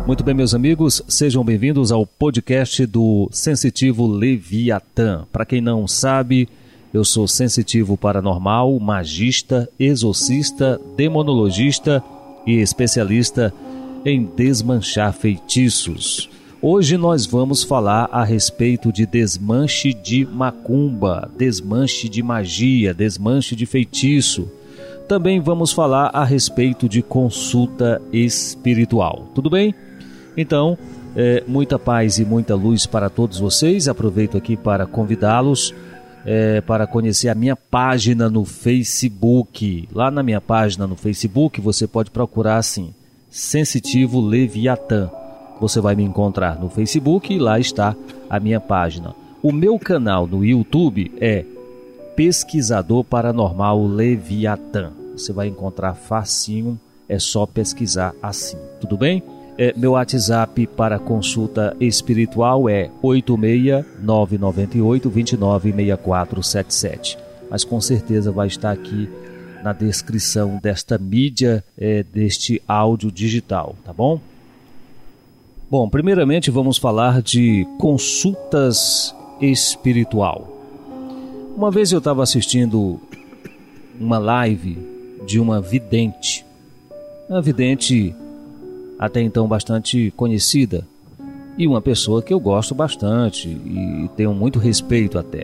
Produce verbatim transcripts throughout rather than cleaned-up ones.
Muito bem, meus amigos, sejam bem-vindos ao podcast do Sensitivo Leviatã. Para quem não sabe, eu sou sensitivo paranormal, magista, exorcista, demonologista e especialista em desmanchar feitiços. Hoje nós vamos falar a respeito de desmanche de macumba, desmanche de magia, desmanche de feitiço. Também vamos falar a respeito de consulta espiritual. Tudo bem? Então, é, muita paz e muita luz para todos vocês. Aproveito aqui para convidá-los é, para conhecer a minha página no Facebook. Lá na minha página no Facebook você pode procurar assim, Sensitivo Leviatã. Você vai me encontrar no Facebook e lá está a minha página. O meu canal no YouTube é Pesquisador Paranormal Leviatã. Você vai encontrar facinho, é só pesquisar assim, tudo bem? É, meu WhatsApp para consulta espiritual é oito seis nove nove oito, dois nove seis quatro sete sete. Mas com certeza vai estar aqui na descrição desta mídia, é, deste áudio digital, tá bom? Bom, primeiramente vamos falar de consultas espiritual. Uma vez eu estava assistindo uma live de uma vidente, uma vidente até então bastante conhecida e uma pessoa que eu gosto bastante e tenho muito respeito até.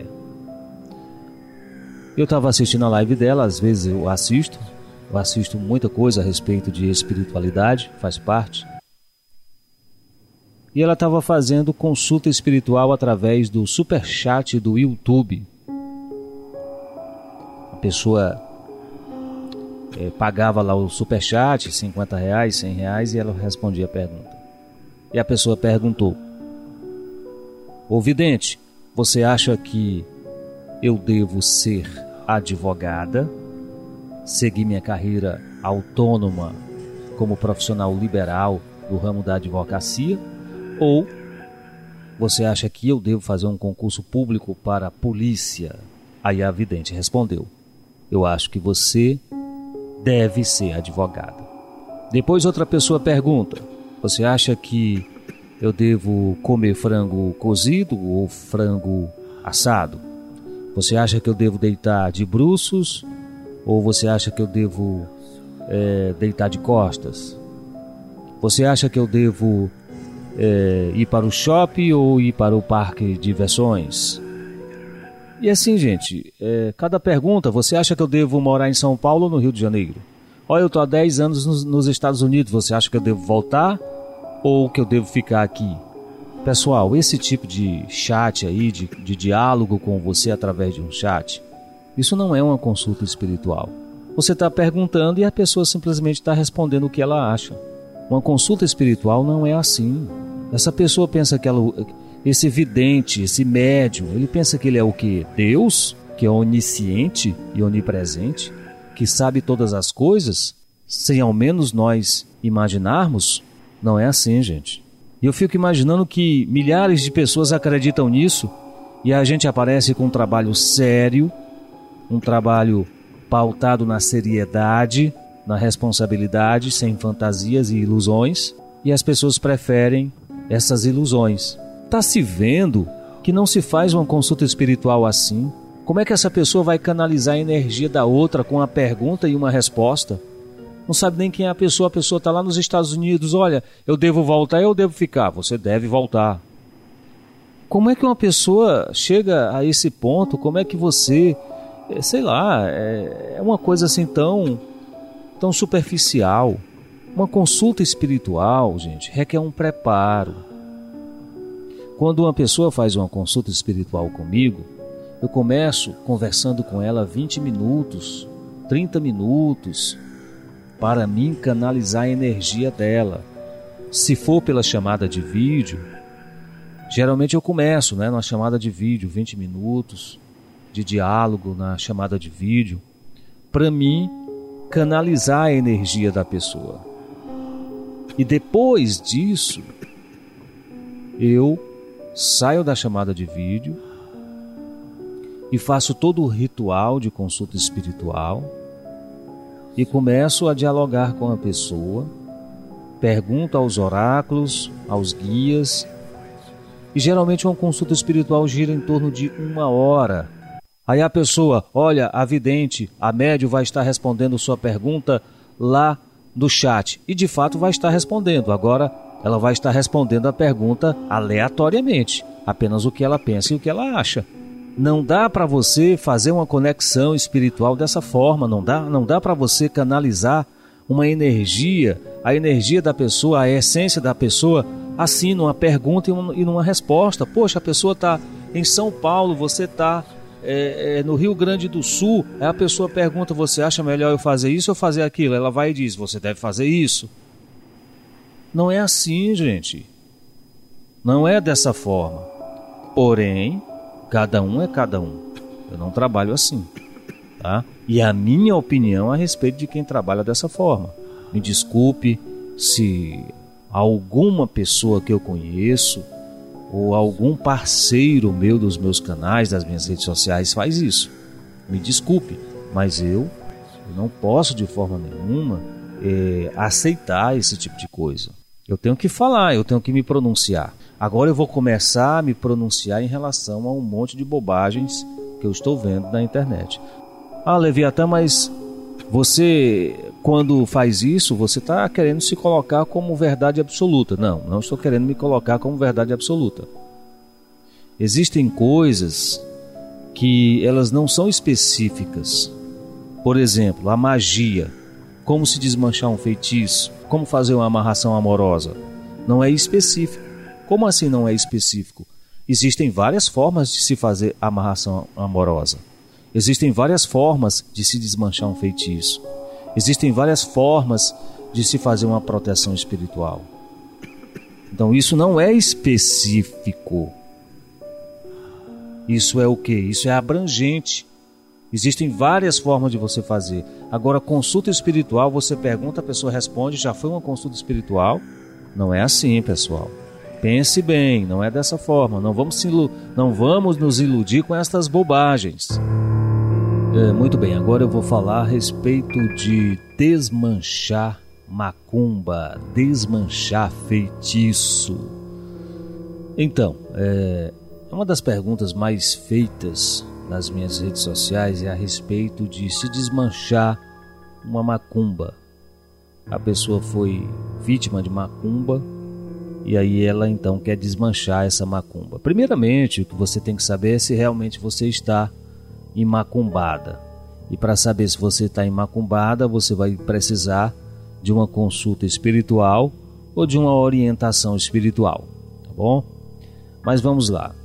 Eu estava assistindo a live dela, às vezes eu assisto, eu assisto muita coisa a respeito de espiritualidade, faz parte. E ela estava fazendo consulta espiritual através do superchat do YouTube. A pessoa é, pagava lá o superchat, cinquenta reais, cem reais, e ela respondia a pergunta. E a pessoa perguntou: ô vidente, você acha que eu devo ser advogada, seguir minha carreira autônoma como profissional liberal do ramo da advocacia? Ou você acha que eu devo fazer um concurso público para a polícia? Aí a vidente respondeu: eu acho que você deve ser advogada. Depois outra pessoa pergunta: você acha que eu devo comer frango cozido ou frango assado? Você acha que eu devo deitar de bruços ou você acha que eu devo é, deitar de costas? Você acha que eu devo É, ir para o shopping ou ir para o parque de diversões? E assim, gente, é, cada pergunta: você acha que eu devo morar em São Paulo ou no Rio de Janeiro? Olha, eu estou há dez anos nos, nos Estados Unidos, você acha que eu devo voltar ou que eu devo ficar aqui? Pessoal, esse tipo de chat aí, de, de diálogo com você através de um chat, isso não é uma consulta espiritual. Você está perguntando e a pessoa simplesmente está respondendo o que ela acha. Uma consulta espiritual não é assim. Essa pessoa pensa que ela, esse vidente, esse médium, ele pensa que ele é o quê? Deus, que é onisciente e onipresente, que sabe todas as coisas, sem ao menos nós imaginarmos? Não é assim, gente. E eu fico imaginando que milhares de pessoas acreditam nisso e a gente aparece com um trabalho sério, um trabalho pautado na seriedade, na responsabilidade, sem fantasias e ilusões, e as pessoas preferem essas ilusões. Está se vendo que não se faz uma consulta espiritual assim? Como é que essa pessoa vai canalizar a energia da outra com uma pergunta e uma resposta? Não sabe nem quem é a pessoa, a pessoa está lá nos Estados Unidos: olha, eu devo voltar ou eu devo ficar? Você deve voltar. Como é que uma pessoa chega a esse ponto? Como é que você, sei lá, é uma coisa assim tão... tão superficial. Uma consulta espiritual, gente, requer um preparo. Quando uma pessoa faz uma consulta espiritual comigo, eu começo conversando com ela vinte minutos, trinta minutos, para mim canalizar a energia dela. Se for pela chamada de vídeo, geralmente eu começo, né, numa chamada de vídeo, vinte minutos de diálogo na chamada de vídeo, para mim canalizar a energia da pessoa. E depois disso, eu saio da chamada de vídeo e faço todo o ritual de consulta espiritual e começo a dialogar com a pessoa, pergunta aos oráculos, aos guias, e geralmente uma consulta espiritual gira em torno de uma hora. Aí a pessoa, olha, a vidente, a médium vai estar respondendo sua pergunta lá do chat, e de fato vai estar respondendo. Agora ela vai estar respondendo a pergunta aleatoriamente, apenas o que ela pensa e o que ela acha. Não dá para você fazer uma conexão espiritual dessa forma, não dá, não dá para você canalizar uma energia, a energia da pessoa, a essência da pessoa, assim, numa pergunta e numa resposta. Poxa, a pessoa está em São Paulo, você está é, é, no Rio Grande do Sul, aí a pessoa pergunta, você acha melhor eu fazer isso ou fazer aquilo? Ela vai e diz, você deve fazer isso. Não é assim, gente. Não é dessa forma. Porém, cada um é cada um. Eu não trabalho assim, tá? E a minha opinião a respeito de quem trabalha dessa forma. Me desculpe se alguma pessoa que eu conheço ou algum parceiro meu dos meus canais, das minhas redes sociais faz isso. Me desculpe, mas eu, eu não posso de forma nenhuma é, aceitar esse tipo de coisa. Eu tenho que falar, eu tenho que me pronunciar. Agora eu vou começar a me pronunciar em relação a um monte de bobagens que eu estou vendo na internet. Ah, Leviatã, mas você, quando faz isso, você está querendo se colocar como verdade absoluta. Não, não estou querendo me colocar como verdade absoluta. Existem coisas que elas não são específicas. Por exemplo, a magia. Como se desmanchar um feitiço? Como fazer uma amarração amorosa? Não é específico. Como assim não é específico? Existem várias formas de se fazer amarração amorosa. Existem várias formas de se desmanchar um feitiço. Existem várias formas de se fazer uma proteção espiritual. Então isso não é específico. Isso é o quê? Isso é abrangente. Existem várias formas de você fazer. Agora, consulta espiritual, você pergunta, a pessoa responde, já foi uma consulta espiritual? Não é assim, pessoal. Pense bem, não é dessa forma. Não vamos, se ilu- não vamos nos iludir com estas bobagens. É, muito bem, agora eu vou falar a respeito de desmanchar macumba, desmanchar feitiço. Então, é, uma das perguntas mais feitas nas minhas redes sociais é a respeito de se desmanchar uma macumba. A pessoa foi vítima de macumba e aí ela então quer desmanchar essa macumba. Primeiramente, o que você tem que saber é se realmente você está imacumbada. E para saber se você está imacumbada, você vai precisar de uma consulta espiritual ou de uma orientação espiritual, tá bom? Mas vamos lá.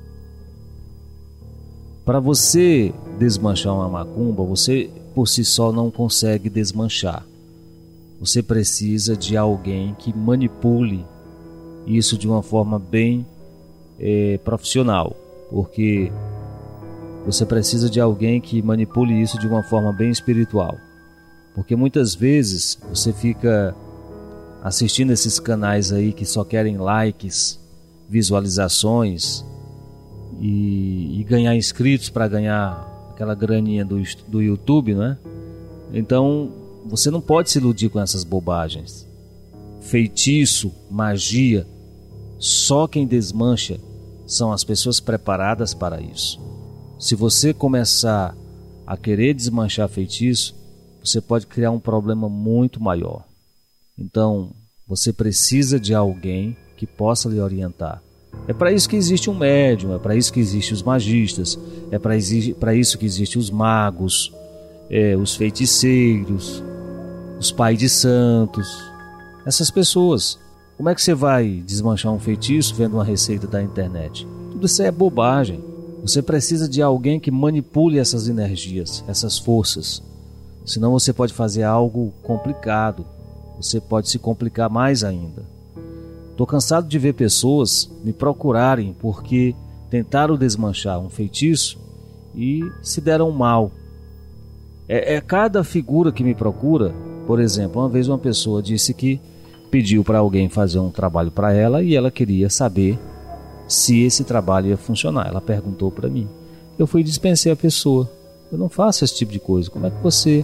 Para você desmanchar uma macumba, você por si só não consegue desmanchar. Você precisa de alguém que manipule isso de uma forma bem é, profissional, porque você precisa de alguém que manipule isso de uma forma bem espiritual. Porque muitas vezes você fica assistindo esses canais aí que só querem likes, visualizações e, e ganhar inscritos para ganhar aquela graninha do, do YouTube, né? Então você não pode se iludir com essas bobagens. Feitiço, magia, só quem desmancha são as pessoas preparadas para isso. Se você começar a querer desmanchar feitiço, você pode criar um problema muito maior. Então, você precisa de alguém que possa lhe orientar. É para isso que existe um médium, é para isso que existem os magistas, é para isso que existem os magos, é, os feiticeiros, os pais de santos. Essas pessoas. Como é que você vai desmanchar um feitiço vendo uma receita da internet? Tudo isso é bobagem. Você precisa de alguém que manipule essas energias, essas forças. Senão você pode fazer algo complicado. Você pode se complicar mais ainda. Estou cansado de ver pessoas me procurarem porque tentaram desmanchar um feitiço e se deram mal. É, é cada figura que me procura. Por exemplo, uma vez uma pessoa disse que pediu para alguém fazer um trabalho para ela e ela queria saber se esse trabalho ia funcionar. Ela perguntou para mim. Eu fui e dispensei a pessoa. Eu não faço esse tipo de coisa. Como é que você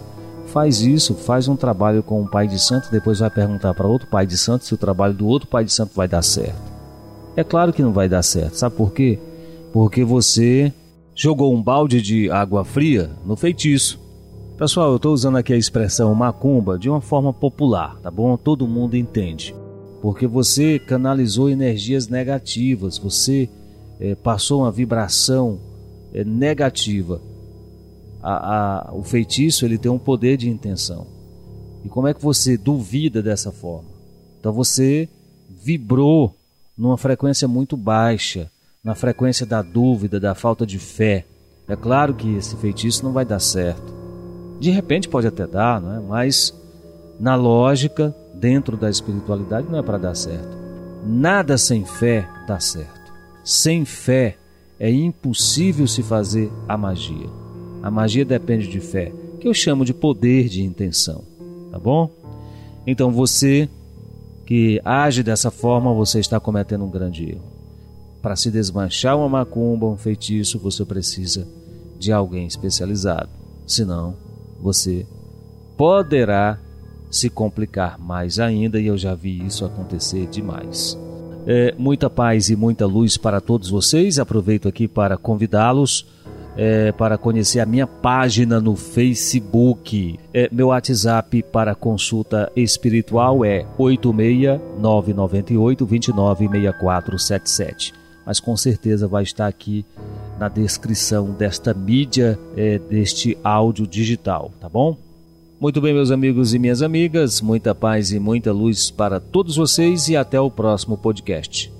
Faz isso, faz um trabalho com um pai de santo, depois vai perguntar para outro pai de santo se o trabalho do outro pai de santo vai dar certo. É claro que não vai dar certo, sabe por quê? Porque você jogou um balde de água fria no feitiço. Pessoal, eu estou usando aqui a expressão macumba de uma forma popular, tá bom? Todo mundo entende. Porque você canalizou energias negativas, você é, passou uma vibração é, negativa. A, a, o feitiço ele tem um poder de intenção. E como é que você duvida dessa forma? Então você vibrou numa frequência muito baixa, na frequência da dúvida, da falta de fé. É claro que esse feitiço não vai dar certo. De repente pode até dar, não é? Mas na lógica, dentro da espiritualidade, não é para dar certo. Nada sem fé dá certo. Sem fé é impossível se fazer a magia. A magia depende de fé, que eu chamo de poder de intenção, tá bom? Então você que age dessa forma, você está cometendo um grande erro. Para se desmanchar uma macumba, um feitiço, você precisa de alguém especializado. Senão, você poderá se complicar mais ainda, e eu já vi isso acontecer demais. É, muita paz e muita luz para todos vocês. Aproveito aqui para convidá-los É, para conhecer a minha página no Facebook. É, meu WhatsApp para consulta espiritual é oito seis nove nove oito, dois nove seis quatro sete sete. Mas com certeza vai estar aqui na descrição desta mídia, é, deste áudio digital, tá bom? Muito bem, meus amigos e minhas amigas, muita paz e muita luz para todos vocês e até o próximo podcast.